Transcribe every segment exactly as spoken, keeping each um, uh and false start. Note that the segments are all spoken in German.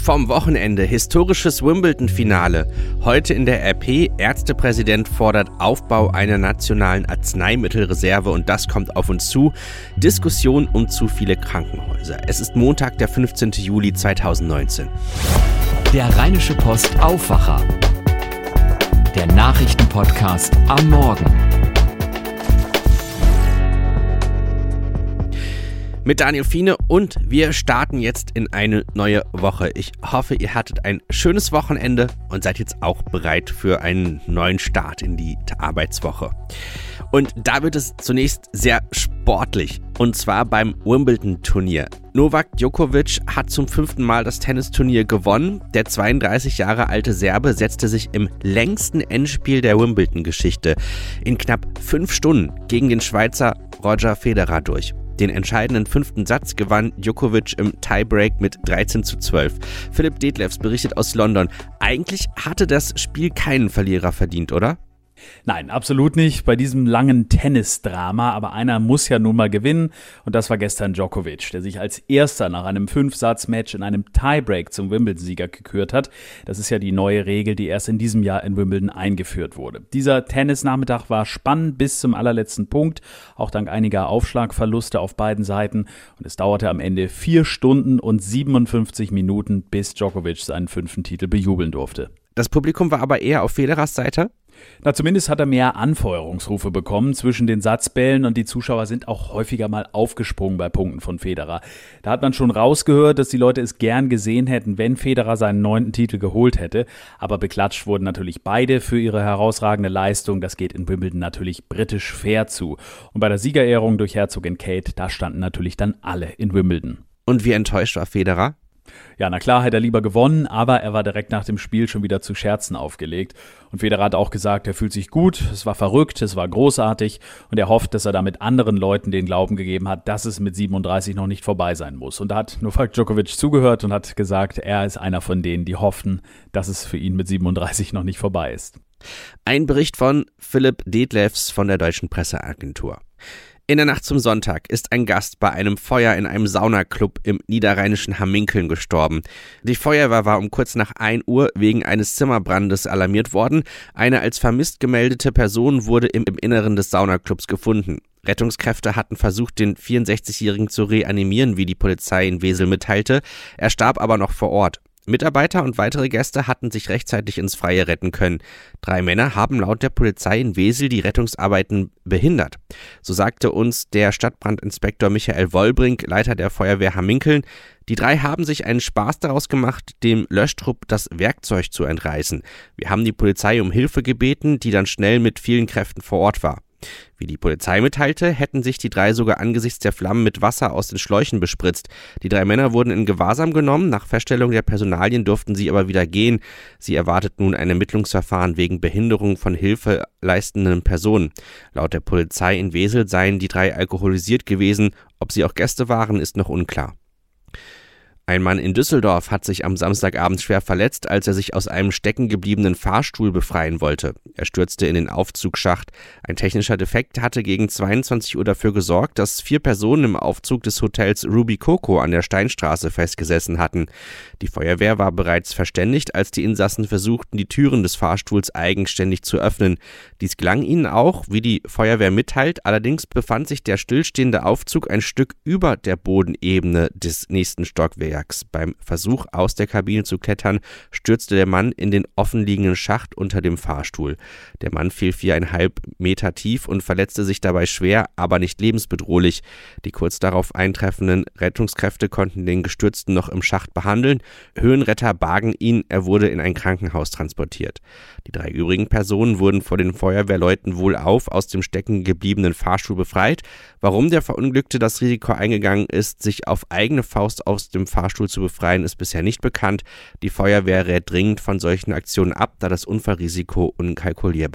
Vom Wochenende, historisches Wimbledon-Finale. Heute in der R P, Ärztepräsident fordert Aufbau einer nationalen Arzneimittelreserve und das kommt auf uns zu. Diskussion um zu viele Krankenhäuser. Es ist Montag, der fünfzehnten Juli zweitausendneunzehn. Der Rheinische Post Aufwacher. Der Nachrichtenpodcast am Morgen. Mit Daniel Fiene und wir starten jetzt in eine neue Woche. Ich hoffe, ihr hattet ein schönes Wochenende und seid jetzt auch bereit für einen neuen Start in die Arbeitswoche. Und da wird es zunächst sehr sportlich, und zwar beim Wimbledon-Turnier. Novak Djokovic hat zum fünften Mal das Tennisturnier gewonnen. Der zweiunddreißig Jahre alte Serbe setzte sich im längsten Endspiel der Wimbledon-Geschichte in knapp fünf Stunden gegen den Schweizer Roger Federer durch. Den entscheidenden fünften Satz gewann Djokovic im Tiebreak mit dreizehn zu zwölf. Philipp Detlefs berichtet aus London. Eigentlich hatte das Spiel keinen Verlierer verdient, oder? Nein, absolut nicht bei diesem langen Tennisdrama, aber einer muss ja nun mal gewinnen und das war gestern Djokovic, der sich als erster nach einem Fünf-Satz-Match in einem Tiebreak zum Wimbledon-Sieger gekürt hat. Das ist ja die neue Regel, die erst in diesem Jahr in Wimbledon eingeführt wurde. Dieser Tennisnachmittag war spannend bis zum allerletzten Punkt, auch dank einiger Aufschlagverluste auf beiden Seiten und es dauerte am Ende vier Stunden und siebenundfünfzig Minuten, bis Djokovic seinen fünften Titel bejubeln durfte. Das Publikum war aber eher auf Federers Seite? Na, zumindest hat er mehr Anfeuerungsrufe bekommen zwischen den Satzbällen und die Zuschauer sind auch häufiger mal aufgesprungen bei Punkten von Federer. Da hat man schon rausgehört, dass die Leute es gern gesehen hätten, wenn Federer seinen neunten Titel geholt hätte. Aber beklatscht wurden natürlich beide für ihre herausragende Leistung. Das geht in Wimbledon natürlich britisch fair zu. Und bei der Siegerehrung durch Herzogin Kate, da standen natürlich dann alle in Wimbledon. Und wie enttäuscht war Federer? Ja, na klar, hätte er lieber gewonnen, aber er war direkt nach dem Spiel schon wieder zu Scherzen aufgelegt. Und Federer hat auch gesagt, er fühlt sich gut, es war verrückt, es war großartig und er hofft, dass er damit anderen Leuten den Glauben gegeben hat, dass es mit siebenunddreißig noch nicht vorbei sein muss. Und da hat Novak Djokovic zugehört und hat gesagt, er ist einer von denen, die hoffen, dass es für ihn mit siebenunddreißig noch nicht vorbei ist. Ein Bericht von Philipp Detlefs von der Deutschen Presseagentur. In der Nacht zum Sonntag ist ein Gast bei einem Feuer in einem Saunaclub im niederrheinischen Hamminkeln gestorben. Die Feuerwehr war um kurz nach ein Uhr wegen eines Zimmerbrandes alarmiert worden. Eine als vermisst gemeldete Person wurde im, im Inneren des Saunaclubs gefunden. Rettungskräfte hatten versucht, den vierundsechzigjährigen zu reanimieren, wie die Polizei in Wesel mitteilte. Er starb aber noch vor Ort. Mitarbeiter und weitere Gäste hatten sich rechtzeitig ins Freie retten können. Drei Männer haben laut der Polizei in Wesel die Rettungsarbeiten behindert. So sagte uns der Stadtbrandinspektor Michael Wollbrink, Leiter der Feuerwehr Hamminkeln. Die drei haben sich einen Spaß daraus gemacht, dem Löschtrupp das Werkzeug zu entreißen. Wir haben die Polizei um Hilfe gebeten, die dann schnell mit vielen Kräften vor Ort war. Wie die Polizei mitteilte, hätten sich die drei sogar angesichts der Flammen mit Wasser aus den Schläuchen bespritzt. Die drei Männer wurden in Gewahrsam genommen, nach Feststellung der Personalien durften sie aber wieder gehen. Sie erwartet nun ein Ermittlungsverfahren wegen Behinderung von hilfeleistenden Personen. Laut der Polizei in Wesel seien die drei alkoholisiert gewesen. Ob sie auch Gäste waren, ist noch unklar. Ein Mann in Düsseldorf hat sich am Samstagabend schwer verletzt, als er sich aus einem steckengebliebenen Fahrstuhl befreien wollte. Er stürzte in den Aufzugsschacht. Ein technischer Defekt hatte gegen zweiundzwanzig Uhr dafür gesorgt, dass vier Personen im Aufzug des Hotels Ruby Coco an der Steinstraße festgesessen hatten. Die Feuerwehr war bereits verständigt, als die Insassen versuchten, die Türen des Fahrstuhls eigenständig zu öffnen. Dies gelang ihnen auch, wie die Feuerwehr mitteilt. Allerdings befand sich der stillstehende Aufzug ein Stück über der Bodenebene des nächsten Stockwerks. Beim Versuch, aus der Kabine zu klettern, stürzte der Mann in den offenliegenden Schacht unter dem Fahrstuhl. Der Mann fiel viereinhalb Meter tief und verletzte sich dabei schwer, aber nicht lebensbedrohlich. Die kurz darauf eintreffenden Rettungskräfte konnten den Gestürzten noch im Schacht behandeln. Höhenretter bargen ihn, er wurde in ein Krankenhaus transportiert. Die drei übrigen Personen wurden vor den Feuerwehrleuten wohlauf aus dem stecken gebliebenen Fahrstuhl befreit. Warum der Verunglückte das Risiko eingegangen ist, sich auf eigene Faust aus dem Fahrstuhl zu befreien, ist bisher nicht bekannt. Die Feuerwehr rät dringend von solchen Aktionen ab, da das Unfallrisiko unkalkulierbar sei.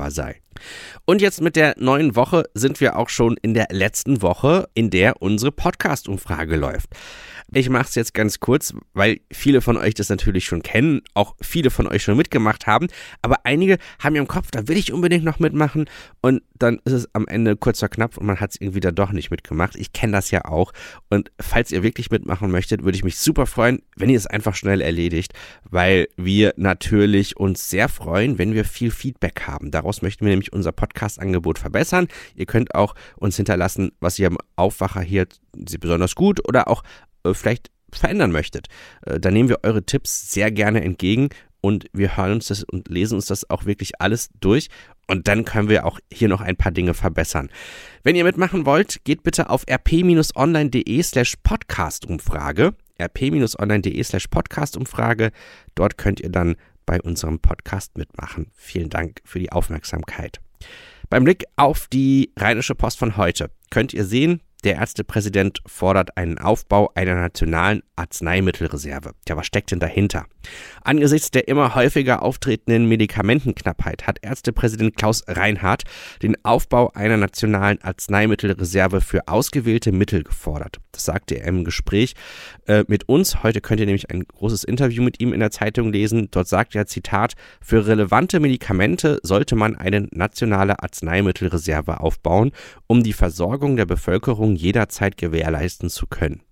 Und jetzt mit der neuen Woche sind wir auch schon in der letzten Woche, in der unsere Podcast-Umfrage läuft. Ich mache es jetzt ganz kurz, weil viele von euch das natürlich schon kennen, auch viele von euch schon mitgemacht haben, aber einige haben ja im Kopf, da will ich unbedingt noch mitmachen und dann ist es am Ende kurz vor knapp und man hat es irgendwie dann doch nicht mitgemacht. Ich kenne das ja auch und falls ihr wirklich mitmachen möchtet, würde ich mich super freuen, wenn ihr es einfach schnell erledigt, weil wir natürlich uns sehr freuen, wenn wir viel Feedback haben. Daraus möchten wir nämlich unser Podcast-Angebot verbessern. Ihr könnt auch uns hinterlassen, was ihr am Aufwacher hier besonders gut oder auch vielleicht verändern möchtet. Da nehmen wir eure Tipps sehr gerne entgegen und wir hören uns das und lesen uns das auch wirklich alles durch und dann können wir auch hier noch ein paar Dinge verbessern. Wenn ihr mitmachen wollt, geht bitte auf rp-online.de slash Podcast-Umfrage, rp-online.de slash Podcast-Umfrage. Dort könnt ihr dann bei unserem Podcast mitmachen. Vielen Dank für die Aufmerksamkeit. Beim Blick auf die Rheinische Post von heute könnt ihr sehen, der Ärztepräsident fordert einen Aufbau einer nationalen Arzneimittelreserve. Ja, was steckt denn dahinter? Angesichts der immer häufiger auftretenden Medikamentenknappheit hat Ärztepräsident Klaus Reinhardt den Aufbau einer nationalen Arzneimittelreserve für ausgewählte Mittel gefordert. Das sagte er im Gespräch äh, mit uns. Heute könnt ihr nämlich ein großes Interview mit ihm in der Zeitung lesen. Dort sagt er, Zitat, für relevante Medikamente sollte man eine nationale Arzneimittelreserve aufbauen, um die Versorgung der Bevölkerung jederzeit gewährleisten zu können.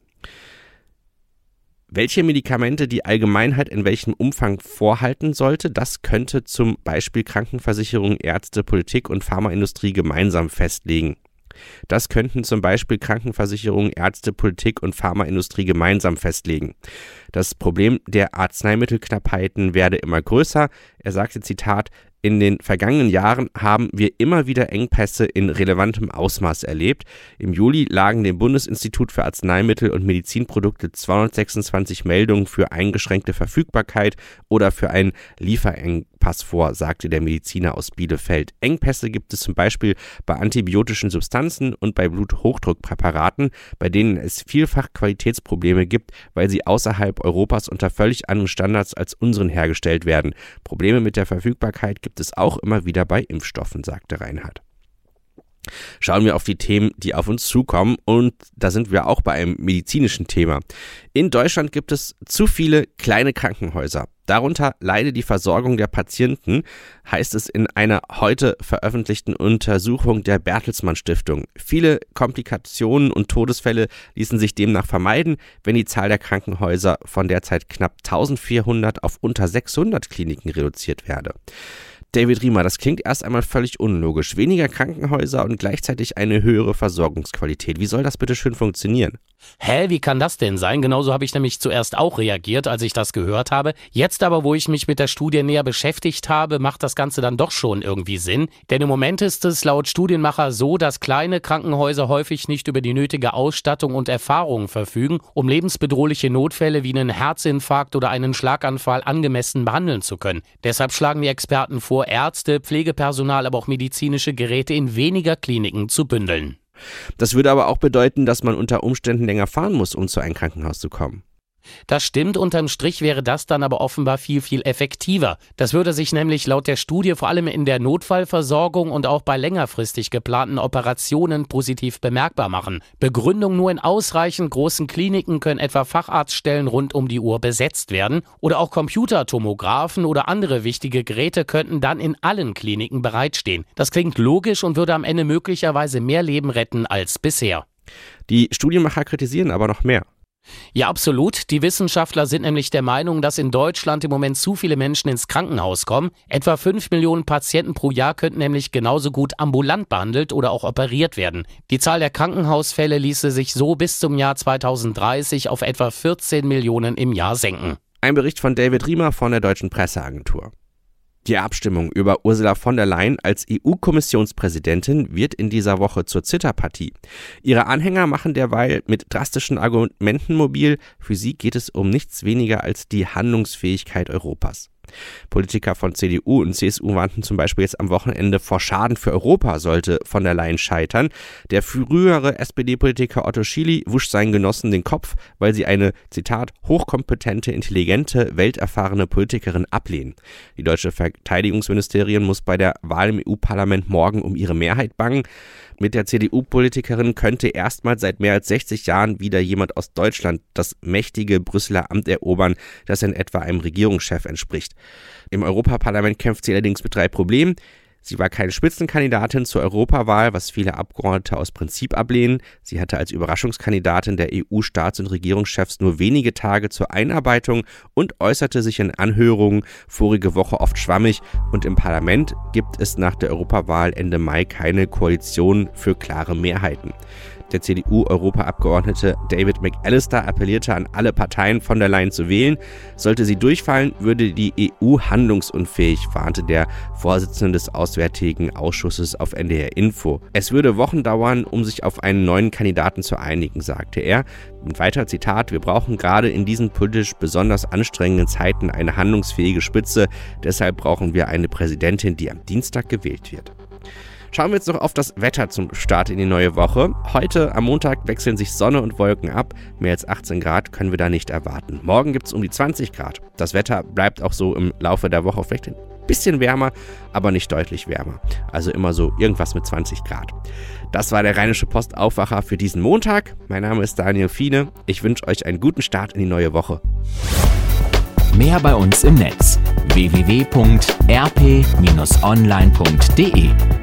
Welche Medikamente die Allgemeinheit in welchem Umfang vorhalten sollte, das könnte zum Beispiel Krankenversicherung, Ärzte, Politik und Pharmaindustrie gemeinsam festlegen. Das könnten zum Beispiel Krankenversicherung, Ärzte, Politik und Pharmaindustrie gemeinsam festlegen. Das Problem der Arzneimittelknappheiten werde immer größer. Er sagte, Zitat, in den vergangenen Jahren haben wir immer wieder Engpässe in relevantem Ausmaß erlebt. Im Juli lagen dem Bundesinstitut für Arzneimittel und Medizinprodukte zweihundertsechsundzwanzig Meldungen für eingeschränkte Verfügbarkeit oder für einen Lieferengpass vor, sagte der Mediziner aus Bielefeld. Engpässe gibt es zum Beispiel bei antibiotischen Substanzen und bei Bluthochdruckpräparaten, bei denen es vielfach Qualitätsprobleme gibt, weil sie außerhalb Europas unter völlig anderen Standards als unseren hergestellt werden. Probleme mit der Verfügbarkeit gibt es auch immer wieder bei Impfstoffen, sagte Reinhardt. Schauen wir auf die Themen, die auf uns zukommen und da sind wir auch bei einem medizinischen Thema. In Deutschland gibt es zu viele kleine Krankenhäuser. Darunter leide die Versorgung der Patienten, heißt es in einer heute veröffentlichten Untersuchung der Bertelsmann Stiftung. Viele Komplikationen und Todesfälle ließen sich demnach vermeiden, wenn die Zahl der Krankenhäuser von derzeit knapp eintausendvierhundert auf unter sechshundert Kliniken reduziert werde. David Riemer, das klingt erst einmal völlig unlogisch. Weniger Krankenhäuser und gleichzeitig eine höhere Versorgungsqualität. Wie soll das bitte schön funktionieren? Hä, wie kann das denn sein? Genauso habe ich nämlich zuerst auch reagiert, als ich das gehört habe. Jetzt aber, wo ich mich mit der Studie näher beschäftigt habe, macht das Ganze dann doch schon irgendwie Sinn. Denn im Moment ist es laut Studienmacher so, dass kleine Krankenhäuser häufig nicht über die nötige Ausstattung und Erfahrung verfügen, um lebensbedrohliche Notfälle wie einen Herzinfarkt oder einen Schlaganfall angemessen behandeln zu können. Deshalb schlagen die Experten vor, Ärzte, Pflegepersonal, aber auch medizinische Geräte in weniger Kliniken zu bündeln. Das würde aber auch bedeuten, dass man unter Umständen länger fahren muss, um zu einem Krankenhaus zu kommen. Das stimmt, unterm Strich wäre das dann aber offenbar viel, viel effektiver. Das würde sich nämlich laut der Studie vor allem in der Notfallversorgung und auch bei längerfristig geplanten Operationen positiv bemerkbar machen. Begründung: nur in ausreichend großen Kliniken können etwa Facharztstellen rund um die Uhr besetzt werden oder auch Computertomographen oder andere wichtige Geräte könnten dann in allen Kliniken bereitstehen. Das klingt logisch und würde am Ende möglicherweise mehr Leben retten als bisher. Die Studienmacher kritisieren aber noch mehr. Ja, absolut. Die Wissenschaftler sind nämlich der Meinung, dass in Deutschland im Moment zu viele Menschen ins Krankenhaus kommen. Etwa fünf Millionen Patienten pro Jahr könnten nämlich genauso gut ambulant behandelt oder auch operiert werden. Die Zahl der Krankenhausfälle ließe sich so bis zum Jahr zweitausenddreißig auf etwa vierzehn Millionen im Jahr senken. Ein Bericht von David Riemer von der Deutschen Presseagentur. Die Abstimmung über Ursula von der Leyen als E U-Kommissionspräsidentin wird in dieser Woche zur Zitterpartie. Ihre Anhänger machen derweil mit drastischen Argumenten mobil. Für sie geht es um nichts weniger als die Handlungsfähigkeit Europas. Politiker von C D U und C S U warnten zum Beispiel jetzt am Wochenende vor Schaden für Europa, sollte von der Leyen scheitern. Der frühere S P D-Politiker Otto Schily wusch seinen Genossen den Kopf, weil sie eine, Zitat, hochkompetente, intelligente, welterfahrene Politikerin ablehnen. Die deutsche Verteidigungsministerin muss bei der Wahl im E U-Parlament morgen um ihre Mehrheit bangen. Mit der C D U-Politikerin könnte erstmals seit mehr als sechzig Jahren wieder jemand aus Deutschland das mächtige Brüsseler Amt erobern, das in etwa einem Regierungschef entspricht. Im Europaparlament kämpft sie allerdings mit drei Problemen. Sie war keine Spitzenkandidatin zur Europawahl, was viele Abgeordnete aus Prinzip ablehnen. Sie hatte als Überraschungskandidatin der E U-Staats- und Regierungschefs nur wenige Tage zur Einarbeitung und äußerte sich in Anhörungen vorige Woche oft schwammig. Und im Parlament gibt es nach der Europawahl Ende Mai keine Koalition für klare Mehrheiten. Der C D U-Europaabgeordnete David McAllister appellierte an alle Parteien, von der Leyen zu wählen. Sollte sie durchfallen, würde die E U handlungsunfähig, warnte der Vorsitzende des Auswärtigen Ausschusses auf N D R Info. Es würde Wochen dauern, um sich auf einen neuen Kandidaten zu einigen, sagte er. Und weiter, Zitat, wir brauchen gerade in diesen politisch besonders anstrengenden Zeiten eine handlungsfähige Spitze. Deshalb brauchen wir eine Präsidentin, die am Dienstag gewählt wird. Schauen wir jetzt noch auf das Wetter zum Start in die neue Woche. Heute am Montag wechseln sich Sonne und Wolken ab. Mehr als achtzehn Grad können wir da nicht erwarten. Morgen gibt es um die zwanzig Grad. Das Wetter bleibt auch so im Laufe der Woche, vielleicht ein bisschen wärmer, aber nicht deutlich wärmer. Also immer so irgendwas mit zwanzig Grad. Das war der Rheinische Post Aufwacher für diesen Montag. Mein Name ist Daniel Fiene. Ich wünsche euch einen guten Start in die neue Woche. Mehr bei uns im Netz w w w punkt r p Bindestrich online punkt d e